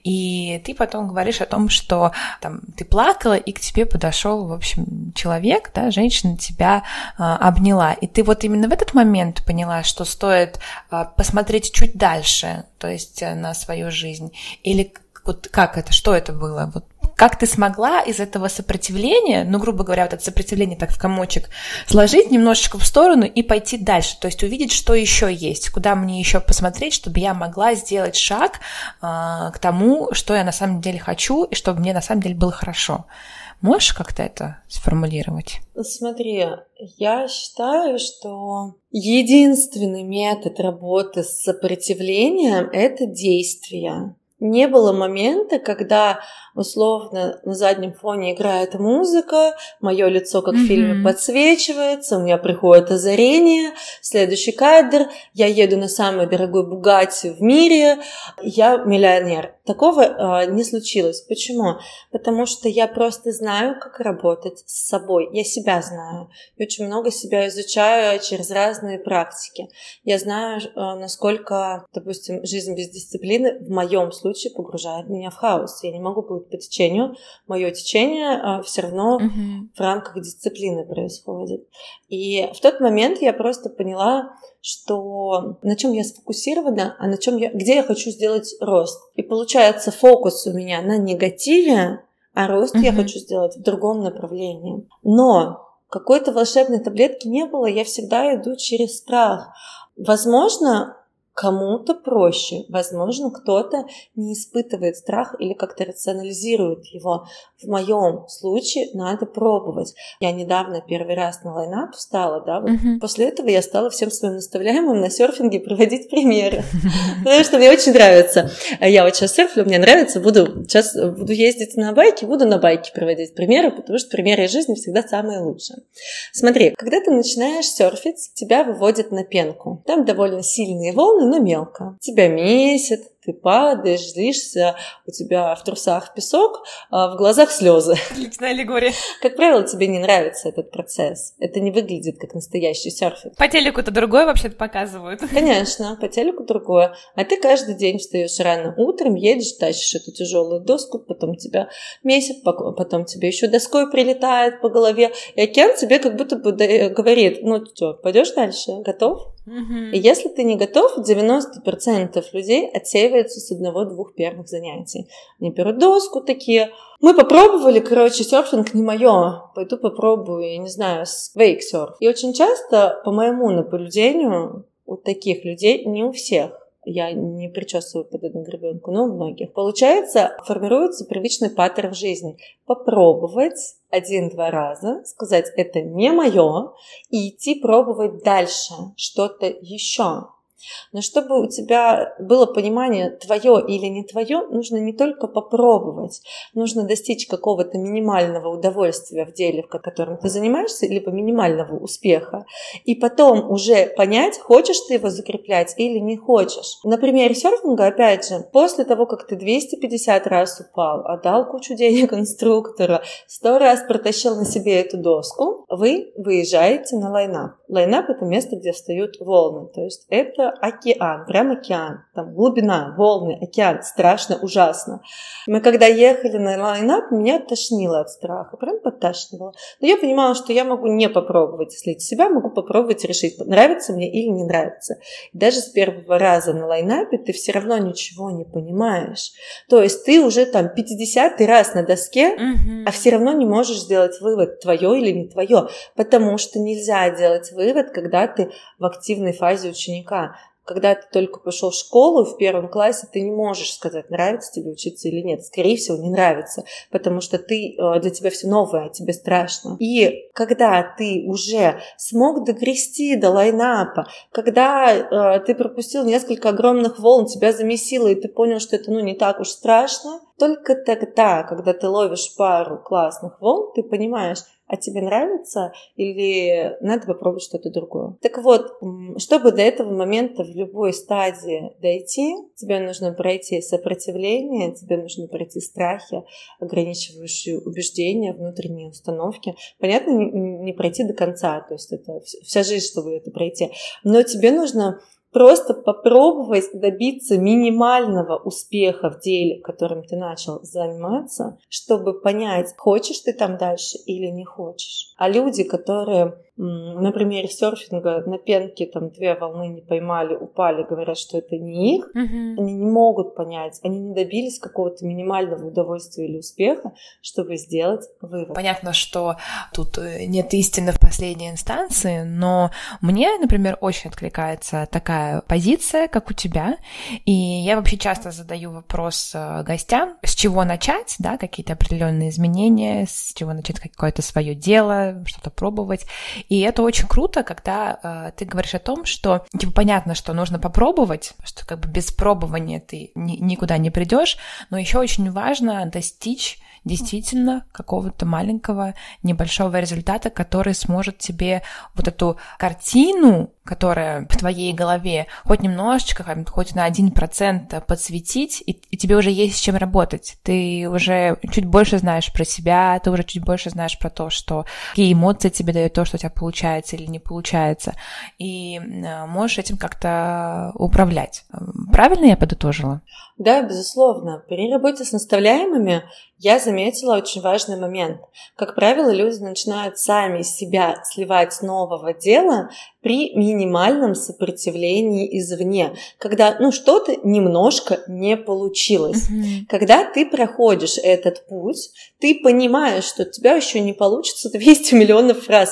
и ты потом говоришь о том, что там ты плакала, и к тебе подошел, в общем, человек, да, женщина тебя а, обняла. И ты вот именно в этот момент поняла, что стоит а, посмотреть чуть дальше, то есть а, на свою жизнь. Или вот как это, что это было? Вот как ты смогла из этого сопротивления, ну, грубо говоря, вот это сопротивление так в комочек, сложить немножечко в сторону и пойти дальше, то есть увидеть, что еще есть, куда мне еще посмотреть, чтобы я могла сделать шаг а, к тому, что я на самом деле хочу, и чтобы мне на самом деле было хорошо. Можешь как-то это сформулировать? Смотри, я считаю, что единственный метод работы с сопротивлением — это действие. Не было момента, когда условно на заднем фоне играет музыка, мое лицо, как mm-hmm. в фильме, подсвечивается, у меня приходит озарение, следующий кадр, я еду на самой дорогой Бугатти в мире, я миллионер. Такого э, не случилось. Почему? Потому что я просто знаю, как работать с собой. Я себя знаю. Я очень много себя изучаю через разные практики. Я знаю, э, насколько, допустим, жизнь без дисциплины в моем случае погружает меня в хаос. Я не могу плыть по течению. Мое течение э, все равно mm-hmm. в рамках дисциплины происходит. И в тот момент я просто поняла, что на чем я сфокусирована, а на чем я, где я хочу сделать рост. И получается, фокус у меня на негативе, а рост mm-hmm. я хочу сделать в другом направлении. Но какой-то волшебной таблетки не было, я всегда иду через страх. Возможно, Кому-то проще, возможно, кто-то не испытывает страх или как-то рационализирует его. В моем случае надо пробовать. Я недавно первый раз на лайнап встала, да, вот uh-huh. после этого я стала всем своим наставляемым на серфинге приводить примеры, потому что мне очень нравится. Я вот сейчас серфлю, мне нравится, буду сейчас буду ездить на байке, буду на байке приводить примеры, потому что примеры из жизни всегда самые лучшие. Смотри, когда ты начинаешь серфить, тебя выводят на пенку. Там довольно сильные волны, но мелко. Тебя месят, ты падаешь, злишься, у тебя в трусах песок, а в глазах слезы. Личная аллегория. Как правило, тебе не нравится этот процесс. Это не выглядит как настоящий серфинг. По телеку-то другое вообще-то показывают. Конечно, по телеку другое. А ты каждый день встаешь рано утром, едешь, тащишь эту тяжелую доску, потом тебя месят, потом тебе еще доской прилетает по голове. И океан тебе как будто бы говорит: ну что, пойдешь дальше? Готов? Mm-hmm. И если ты не готов, девяносто процентов людей отсеиваются с одного-двух первых занятий. Они берут доску такие: мы попробовали, короче, серфинг не мое, пойду попробую, я не знаю, вейксерф. И очень часто, по моему наблюдению, у таких людей, не у всех, я не причесываю под одну гребенку, но у многих, получается, формируется привычный паттерн в жизни. Попробовать один-два раза, сказать: это не мое, и идти пробовать дальше что-то еще. Но чтобы у тебя было понимание, твое или не твое, нужно не только попробовать, нужно достичь какого-то минимального удовольствия в деле, в котором ты занимаешься, либо минимального успеха, и потом уже понять, хочешь ты его закреплять или не хочешь. На примере серфинга, опять же, после того, как ты двести пятьдесят раз упал, отдал кучу денег инструктору, сто раз протащил на себе эту доску, вы выезжаете на лайнап. Лайнап — это место, где встают волны, то есть это океан, прям океан, там глубина, волны, океан, страшно, ужасно. Мы когда ехали на лайнап, меня тошнило от страха, прям подташнивало. Но я понимала, что я могу не попробовать слить себя, могу попробовать решить, нравится мне или не нравится. И даже с первого раза на лайнапе ты все равно ничего не понимаешь. То есть ты уже там пятидесятый раз на доске, mm-hmm. а все равно не можешь сделать вывод, твое или не твое, потому что нельзя делать вывод, когда ты в активной фазе ученика. Когда ты только пошел в школу, в первом классе, ты не можешь сказать, нравится тебе учиться или нет. Скорее всего, не нравится, потому что ты, для тебя все новое, тебе страшно. И когда ты уже смог догрести до лайнапа, когда э, ты пропустил несколько огромных волн, тебя замесило, и ты понял, что это ну, не так уж страшно, только тогда, когда ты ловишь пару классных волн, ты понимаешь, а тебе нравится или надо попробовать что-то другое. Так вот, чтобы до этого момента в любой стадии дойти, тебе нужно пройти сопротивление, тебе нужно пройти страхи, ограничивающие убеждения, внутренние установки. Понятно, не, не пройти до конца, то есть это вся жизнь, чтобы это пройти, но тебе нужно просто попробовать добиться минимального успеха в деле, которым ты начал заниматься, чтобы понять, хочешь ты там дальше или не хочешь. А люди, которые, на примере серфинга, на пенке там две волны не поймали, упали, говорят, что это не их, mm-hmm. они не могут понять, они не добились какого-то минимального удовольствия или успеха, чтобы сделать вывод. Понятно, что тут нет истины в последней инстанции, но мне, например, очень откликается такая позиция, как у тебя, и я вообще часто задаю вопрос гостям, с чего начать, да, какие-то определенные изменения, с чего начать какое-то свое дело, что-то пробовать, и это очень круто, когда э, ты говоришь о том, что, типа, понятно, что нужно попробовать, что как бы без пробования ты ни, никуда не придешь, но еще очень важно достичь действительно какого-то маленького, небольшого результата, который сможет тебе вот эту картину, которая в твоей голове хоть немножечко, хоть на один процент подсветить, и, и тебе уже есть с чем работать. Ты уже чуть больше знаешь про себя, ты уже чуть больше знаешь про то, что какие эмоции тебе дает то, что у тебя получается или не получается, и можешь этим как-то управлять. Правильно я подытожила? Да, безусловно. При работе с наставляемыми я заметила очень важный момент. Как правило, люди начинают сами себя сливать с нового дела при минимальном сопротивлении извне, когда ну, что-то немножко не получилось. Mm-hmm. Когда ты проходишь этот путь, ты понимаешь, что у тебя еще не получится двести миллионов раз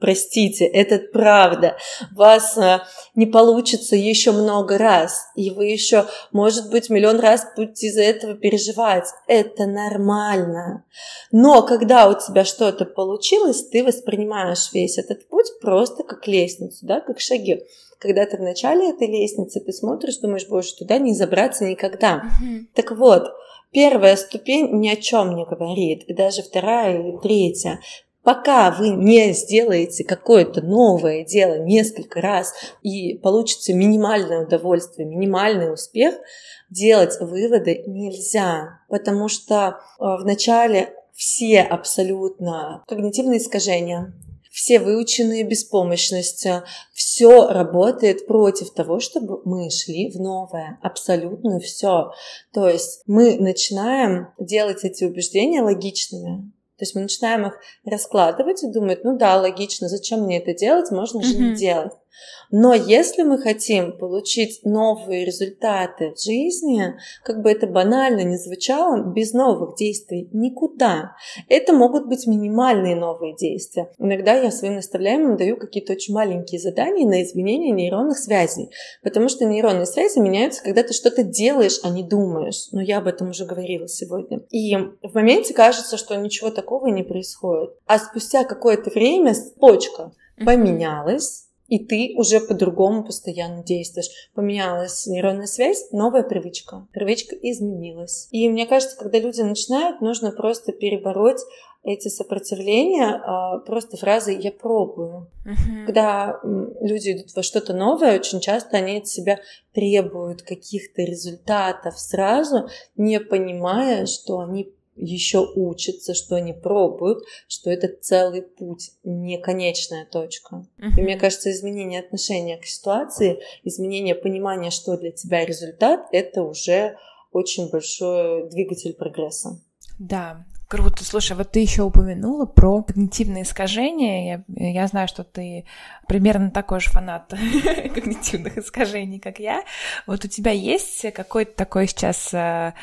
простите, это правда. У вас не получится еще много раз, и вы еще, может быть, миллион раз будете из-за этого переживать. Это нормально. Но когда у тебя что-то получилось, ты воспринимаешь весь этот путь просто как лестницу, да, как шаги. Когда ты в начале этой лестницы, ты смотришь, думаешь, боже, туда не забраться никогда. Mm-hmm. Так вот, первая ступень ни о чем не говорит, и даже вторая и третья. Пока вы не сделаете какое-то новое дело несколько раз и получите минимальное удовольствие, минимальный успех, делать выводы нельзя, потому что в начале все абсолютно когнитивные искажения, все выученные беспомощности, все работает против того, чтобы мы шли в новое, абсолютно все. То есть мы начинаем делать эти убеждения логичными. То есть мы начинаем их раскладывать и думать, ну да, логично, зачем мне это делать, можно же не делать. Но если мы хотим получить новые результаты в жизни, как бы это банально ни звучало, без новых действий никуда. Это могут быть минимальные новые действия. Иногда я своим наставляемым даю какие-то очень маленькие задания на изменение нейронных связей, потому что нейронные связи меняются, когда ты что-то делаешь, а не думаешь. Но я об этом уже говорила сегодня. И в моменте кажется, что ничего такого не происходит. А спустя какое-то время почка поменялась, и ты уже по-другому постоянно действуешь. Поменялась нейронная связь, новая привычка. Привычка изменилась. И мне кажется, когда люди начинают, нужно просто перебороть эти сопротивления просто фразой «я пробую». Uh-huh. Когда люди идут во что-то новое, очень часто они от себя требуют каких-то результатов сразу, не понимая, что они еще учатся, что они пробуют, что это целый путь, не конечная точка. Uh-huh. И мне кажется, изменение отношения к ситуации, изменение понимания, что для тебя результат, это уже очень большой двигатель прогресса. Да, круто. Слушай, вот ты еще упомянула про когнитивные искажения. Я, я знаю, что ты примерно такой же фанат когнитивных искажений, как я. Вот у тебя есть какой-то такой сейчас э,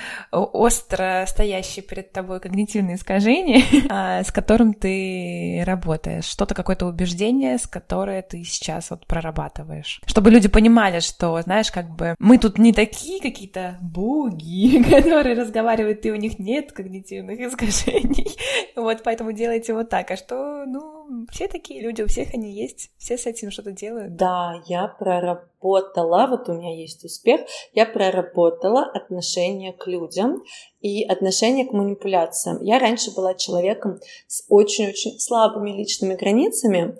остро стоящий перед тобой когнитивное искажение, э, с которым ты работаешь? Что-то, какое-то убеждение, с которое ты сейчас вот прорабатываешь? Чтобы люди понимали, что, знаешь, как бы мы тут не такие какие-то боги, которые разговаривают, и у них нет когнитивных искажений. Вот, поэтому делайте вот так. А что, ну, все такие люди, у всех они есть, все с этим что-то делают. Да, я проработала, вот у меня есть успех, я проработала отношение к людям и отношение к манипуляциям. Я раньше была человеком с очень-очень слабыми личными границами,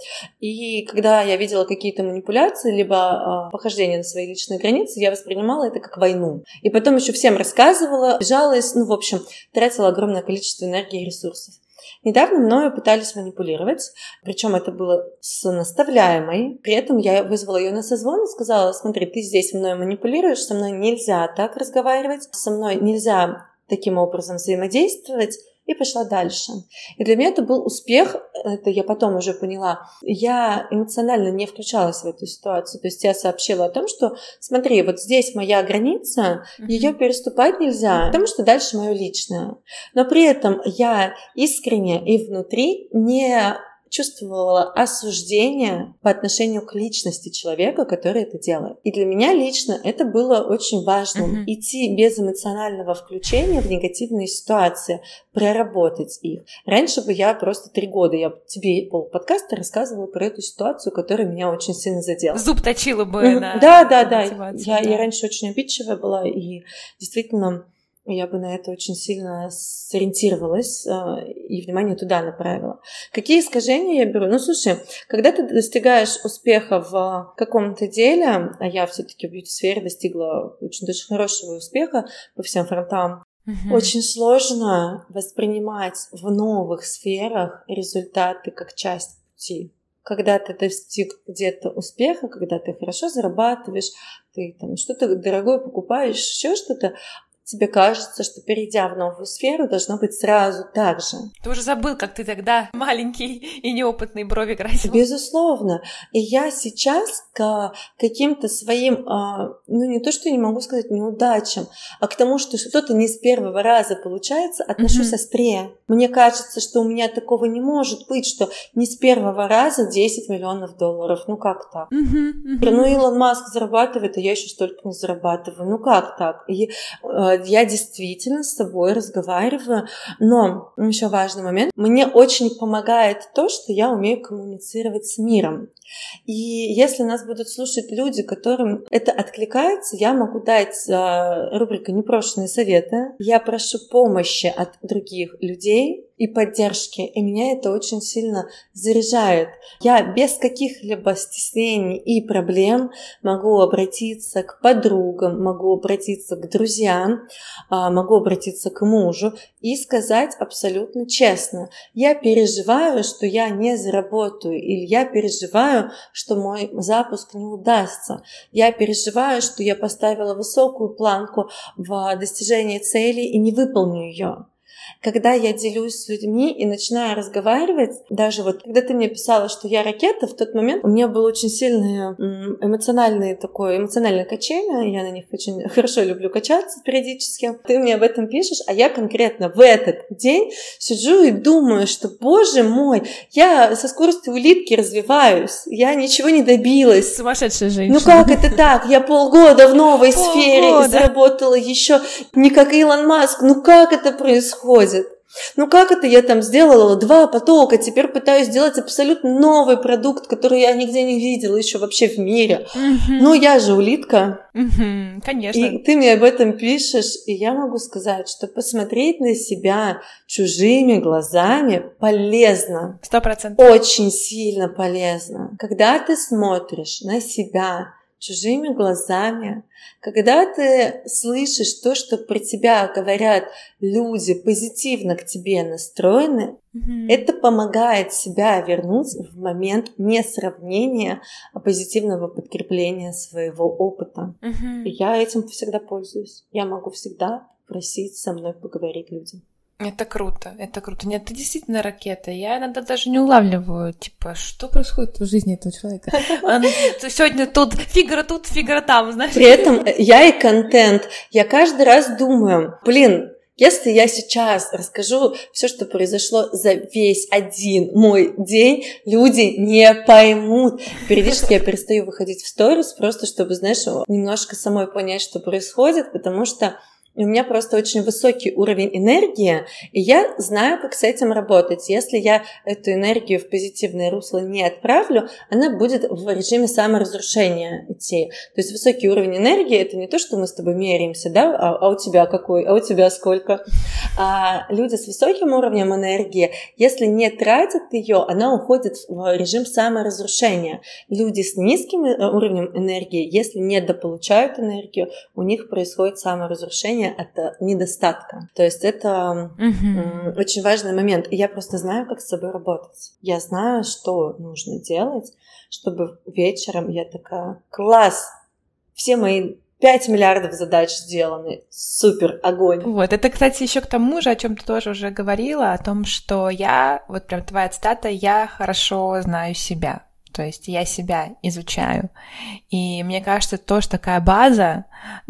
и когда я видела какие-то манипуляции, либо э, похождения на свои личные границы, я воспринимала это как войну. И потом еще всем рассказывала, жалась, ну, в общем, тратила огромное количество энергии и ресурсов. Недавно мною пытались манипулировать, причем это было с наставляемой. При этом я вызвала ее на созвон и сказала: смотри, ты здесь мной манипулируешь, со мной нельзя так разговаривать, со мной нельзя таким образом взаимодействовать, и пошла дальше. И для меня это был успех, это я потом уже поняла. Я эмоционально не включалась в эту ситуацию, то есть я сообщила о том, что смотри, вот здесь моя граница, mm-hmm. ее переступать нельзя, потому что дальше мое личное. Но при этом я искренне и внутри не чувствовала осуждение по отношению к личности человека, который это делает. И для меня лично это было очень важным. Uh-huh. Идти без эмоционального включения в негативные ситуации, проработать их. Раньше бы я просто три года, я тебе пол подкаста рассказывала про эту ситуацию, которая меня очень сильно задела. Зуб точила бы uh-huh. на Да, да, да. Я, да. я раньше очень обидчивая была, и действительно я бы на это очень сильно сориентировалась э, и внимание туда направила. Какие искажения я беру? Ну, слушай, когда ты достигаешь успеха в каком-то деле, а я все-таки в бьюти-сфере достигла очень даже хорошего успеха по всем фронтам, uh-huh. очень сложно воспринимать в новых сферах результаты как часть пути. Когда ты достиг где-то успеха, когда ты хорошо зарабатываешь, ты там что-то дорогое покупаешь, еще что-то, тебе кажется, что, перейдя в новую сферу, должно быть сразу так же. Ты уже забыл, как ты тогда маленький и неопытный брови красил. Безусловно. И я сейчас к каким-то своим, ну не то, что я не могу сказать неудачам, а к тому, что что-то не с первого раза получается, отношусь mm-hmm. острее. Мне кажется, что у меня такого не может быть, что не с первого раза десять миллионов долларов. Ну как так? Mm-hmm. Mm-hmm. Ну Илон Маск зарабатывает, а я еще столько не зарабатываю. Ну как так? И, э, я действительно с собой разговариваю, но еще важный момент. Мне очень помогает то, что я умею коммуницировать с миром. И если нас будут слушать люди, которым это откликается, я могу дать э, рубрика «Непрошенные советы». Я прошу помощи от других людей и поддержки, и меня это очень сильно заряжает. Я без каких-либо стеснений и проблем могу обратиться к подругам, могу обратиться к друзьям, могу обратиться к мужу и сказать абсолютно честно: я переживаю, что я не заработаю, или я переживаю, что мой запуск не удастся. Я переживаю, что я поставила высокую планку в достижении цели и не выполню ее. Когда я делюсь с людьми и начинаю разговаривать, даже вот когда ты мне писала, что я ракета, в тот момент у меня было очень сильное эмоциональное такое, эмоциональное качение, я на них очень хорошо люблю качаться периодически. Ты мне об этом пишешь, а я конкретно в этот день сижу и думаю, что, боже мой, я со скоростью улитки развиваюсь, я ничего не добилась. Сумасшедшая женщина. Ну как это так? Я полгода в новой полгода. сфере заработала еще не как Илон Маск. Ну как это происходит? Ну как это я там сделала два потока, теперь пытаюсь сделать абсолютно новый продукт, который я нигде не видела еще вообще в мире. Mm-hmm. Ну я же улитка. Mm-hmm. Конечно. И ты мне об этом пишешь, и я могу сказать, что посмотреть на себя чужими глазами полезно. Сто процентов. Очень сильно полезно. Когда ты смотришь на себя чужими глазами, когда ты слышишь то, что про тебя говорят люди, позитивно к тебе настроены, mm-hmm. это помогает себя вернуть в момент не сравнения, а позитивного подкрепления своего опыта. Mm-hmm. И я этим всегда пользуюсь. Я могу всегда просить со мной поговорить людям. Это круто, это круто. Нет, ты действительно ракета. Я иногда даже не улавливаю, типа, что происходит в жизни этого человека. Он сегодня тут, Фигаро тут, Фигаро там, знаешь. При этом я и контент. Я каждый раз думаю, блин, если я сейчас расскажу все, что произошло за весь один мой день, люди не поймут. Периодически я перестаю выходить в сторис, просто чтобы, знаешь, немножко самой понять, что происходит, потому что у меня просто очень высокий уровень энергии, и я знаю, как с этим работать. Если я эту энергию в позитивное русло не отправлю, она будет в режиме саморазрушения идти. То есть высокий уровень энергии — это не то, что мы с тобой меряемся, да, а, а у тебя какой, а у тебя сколько. А люди с высоким уровнем энергии, если не тратят ее, она уходит в режим саморазрушения. Люди с низким уровнем энергии, если недополучают энергию, у них происходит саморазрушение от недостатка. То есть это mm-hmm. очень важный момент. И я просто знаю, как с собой работать. Я знаю, что нужно делать, чтобы вечером я такая: класс, все мои пять миллиардов задач сделаны, супер, огонь. Вот, это, кстати, еще к тому же, о чем ты тоже уже говорила, о том, что я, вот прям твоя цитата: я хорошо знаю себя. То есть я себя изучаю. И мне кажется, тоже такая база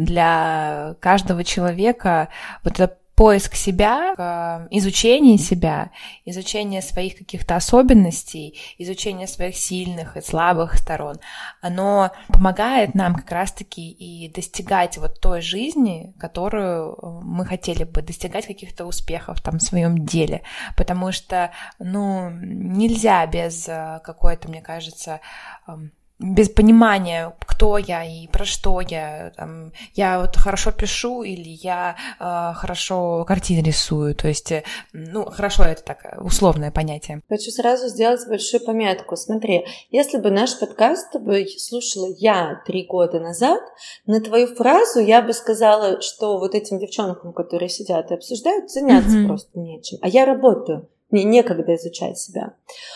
для каждого человека, вот это поиск себя, изучение себя, изучение своих каких-то особенностей, изучение своих сильных и слабых сторон, оно помогает нам как раз-таки и достигать вот той жизни, которую мы хотели бы, достигать каких-то успехов там в своем деле, потому что, ну, нельзя без какой-то, мне кажется, без понимания, кто я и про что я. Там, я вот хорошо пишу или я э, хорошо картины рисую. То есть, э, ну, хорошо, это так, условное понятие. Хочу сразу сделать большую пометку. Смотри, если бы наш подкаст с тобой слушала я три года назад, на твою фразу я бы сказала, что вот этим девчонкам, которые сидят и обсуждают, заняться mm-hmm. просто нечем. А я работаю. мне некогда изучать себя.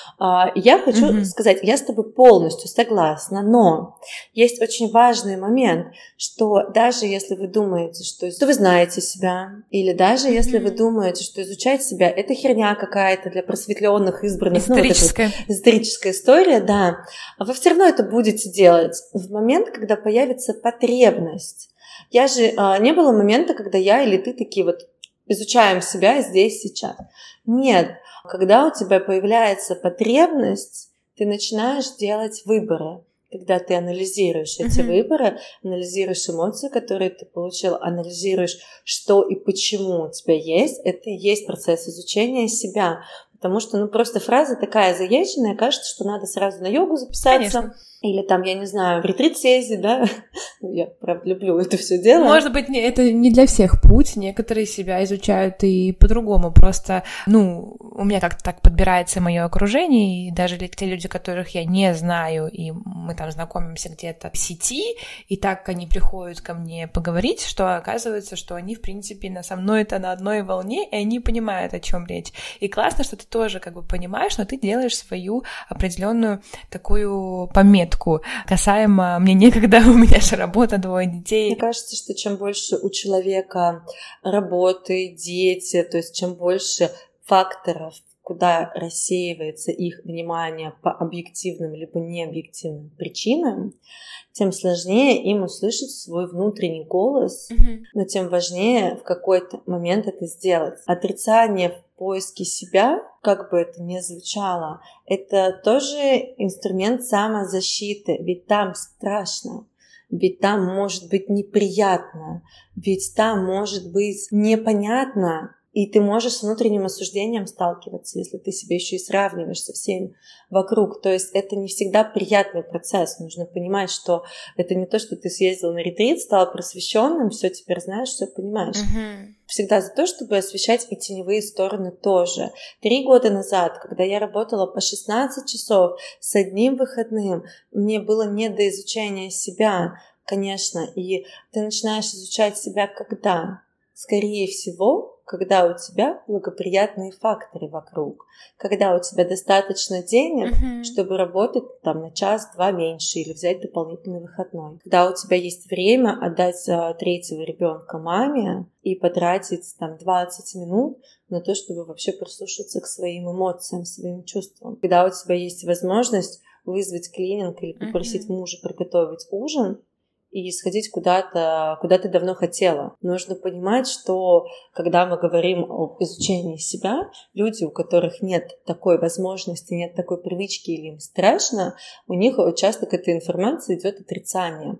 Я хочу mm-hmm. сказать, я с тобой полностью согласна, но есть очень важный момент, что даже если вы думаете, что, что вы знаете себя, или даже mm-hmm. если вы думаете, что изучать себя — это херня какая-то для просветленных, избранных, историческая. Ну, вот вот историческая история, да, вы все равно это будете делать в момент, когда появится потребность. Я же, не было момента, когда я или ты такие вот изучаем себя здесь, сейчас. Нет. Когда у тебя появляется потребность, ты начинаешь делать выборы. Когда ты анализируешь эти mm-hmm. выборы, анализируешь эмоции, которые ты получил, анализируешь, что и почему у тебя есть, это и есть процесс изучения себя. Потому что, ну, просто фраза такая заезженная, кажется, что надо сразу на йогу записаться. Конечно. Или там, я не знаю, в ретрит съездить, да? Я, правда, люблю это все дело. Может быть, не, это не для всех путь. Некоторые себя изучают и по-другому. Просто, ну, у меня как-то так подбирается мое окружение, и даже те люди, которых я не знаю, и мы там знакомимся где-то в сети, и так они приходят ко мне поговорить, что оказывается, что они, в принципе, со мной-то на одной волне, и они понимают, о чем речь. И классно, что ты тоже как бы понимаешь, но ты делаешь свою определенную такую пометку касаемо «мне некогда, у меня же работа, двое детей». Мне кажется, что чем больше у человека работы, дети, то есть чем больше факторов, куда рассеивается их внимание по объективным либо необъективным причинам, тем сложнее им услышать свой внутренний голос, mm-hmm. но тем важнее в какой-то момент это сделать. Отрицание в поиске себя, как бы это ни звучало, это тоже инструмент самозащиты, ведь там страшно, ведь там может быть неприятно, ведь там может быть непонятно, и ты можешь с внутренним осуждением сталкиваться, если ты себя еще и сравниваешь со всеми вокруг. То есть это не всегда приятный процесс. Нужно понимать, что это не то, что ты съездил на ретрит, стал просвещенным, все теперь знаешь, все понимаешь. Mm-hmm. Всегда за то, чтобы освещать и теневые стороны тоже. Три года назад, когда я работала по шестнадцать часов с одним выходным, мне было не до изучения себя, конечно. И ты начинаешь изучать себя когда? Скорее всего, когда у тебя благоприятные факторы вокруг, когда у тебя достаточно денег, uh-huh. чтобы работать там на час-два меньше или взять дополнительный выходной, когда у тебя есть время отдать а, третьего ребенка маме и потратить там двадцать минут на то, чтобы вообще прислушаться к своим эмоциям, своим чувствам, когда у тебя есть возможность вызвать клининг или попросить uh-huh. мужа приготовить ужин и сходить куда-то, куда ты давно хотела. Нужно понимать, что когда мы говорим об изучении себя, люди, у которых нет такой возможности, нет такой привычки или им страшно, у них часто к этой информации идет отрицание.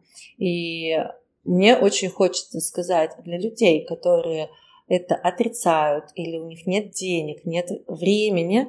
И мне очень хочется сказать для людей, которые это отрицают или у них нет денег, нет времени,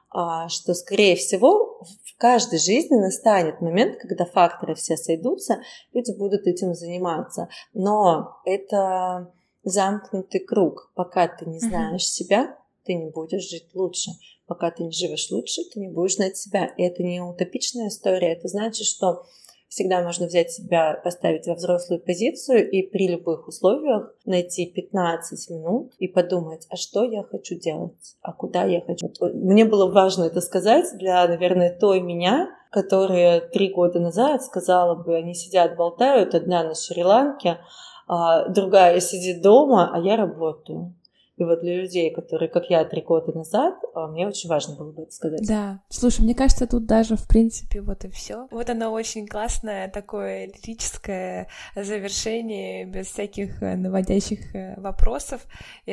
что, скорее всего, в каждой жизни настанет момент, когда факторы все сойдутся, люди будут этим заниматься. Но это замкнутый круг. Пока ты не знаешь uh-huh. себя, ты не будешь жить лучше. Пока ты не живешь лучше, ты не будешь знать себя. И это не утопичная история. Это значит, что всегда можно взять себя, поставить во взрослую позицию и при любых условиях найти пятнадцать минут и подумать, а что я хочу делать, а куда я хочу. Мне было важно это сказать для, наверное, той меня, которая три года назад сказала бы, они сидят, болтают, одна на Шри-Ланке, а другая сидит дома, а я работаю. И вот для людей, которые, как я, три года назад, мне очень важно было бы это сказать. Да. Слушай, мне кажется, тут даже, в принципе, вот и все. Вот оно очень классное, такое лирическое завершение, без всяких наводящих вопросов.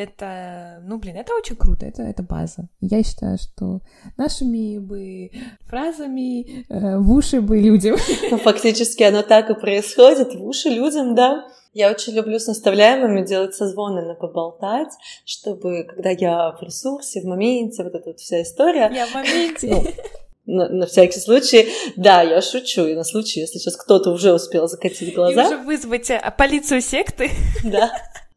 Это, ну, блин, это очень круто, это, это база. Я считаю, что нашими бы фразами э, в уши бы людям. Ну, фактически оно так и происходит, в уши людям, да. Я очень люблю с наставляемыми делать созвоны на поболтать, чтобы, когда я в ресурсе, в моменте, вот эта вот вся история... Я в моменте. Ну, на, на всякий случай, да, я шучу, и на случай, если сейчас кто-то уже успел закатить глаза... И уже вызвать полицию секты. Да.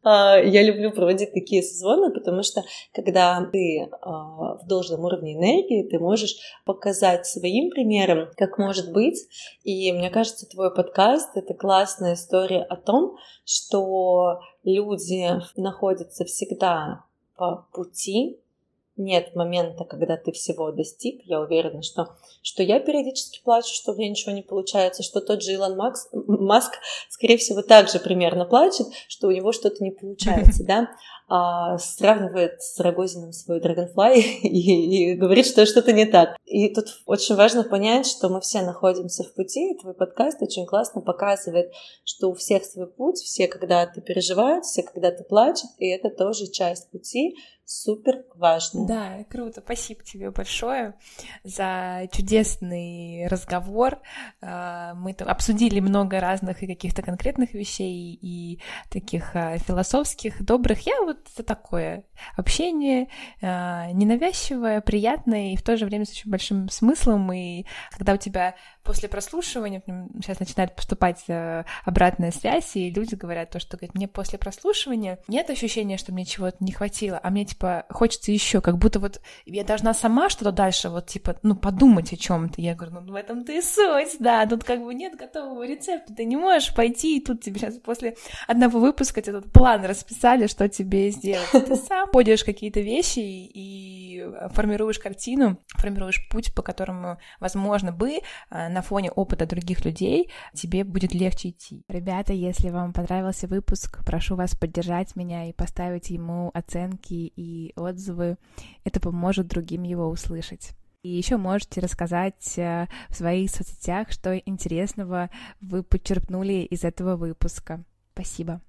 Я люблю проводить такие созвоны, потому что когда ты в должном уровне энергии, ты можешь показать своим примером, как может быть. И мне кажется, твой подкаст — это классная история о том, что люди находятся всегда по пути нет момента, когда ты всего достиг. Я уверена, что, что я периодически плачу, что у меня ничего не получается, что тот же Илон Макс, Маск, скорее всего, также примерно плачет, что у него что-то не получается, да, а, сравнивает с Рогозиным свой Dragonfly и, и говорит, что что-то не так. И тут очень важно понять, что мы все находимся в пути, и твой подкаст очень классно показывает, что у всех свой путь, все когда-то переживают, все когда-то плачут, и это тоже часть пути, супер важно. Да, круто. Спасибо тебе большое за чудесный разговор. Мы там обсудили много разных и каких-то конкретных вещей, и таких философских, добрых. Я вот за такое общение ненавязчивое, приятное и в то же время с очень большим смыслом. И когда у тебя после прослушивания сейчас начинает поступать обратная связь, и люди говорят то, что говорят, мне после прослушивания нет ощущения, что мне чего-то не хватило, а мне типа хочется еще, как будто вот я должна сама что-то дальше вот типа, ну, подумать о чем-то. Я говорю, ну, в этом-то и суть, да, тут как бы нет готового рецепта, ты не можешь пойти, и тут тебе сейчас после одного выпуска тебе этот план расписали, что тебе сделать. Ты сам ходишь какие-то вещи и формируешь картину, формируешь путь, по которому, возможно, бы на фоне опыта других людей тебе будет легче идти. Ребята, если вам понравился выпуск, прошу вас поддержать меня и поставить ему оценки и отзывы. Это поможет другим его услышать. И еще можете рассказать в своих соцсетях, что интересного вы подчерпнули из этого выпуска. Спасибо.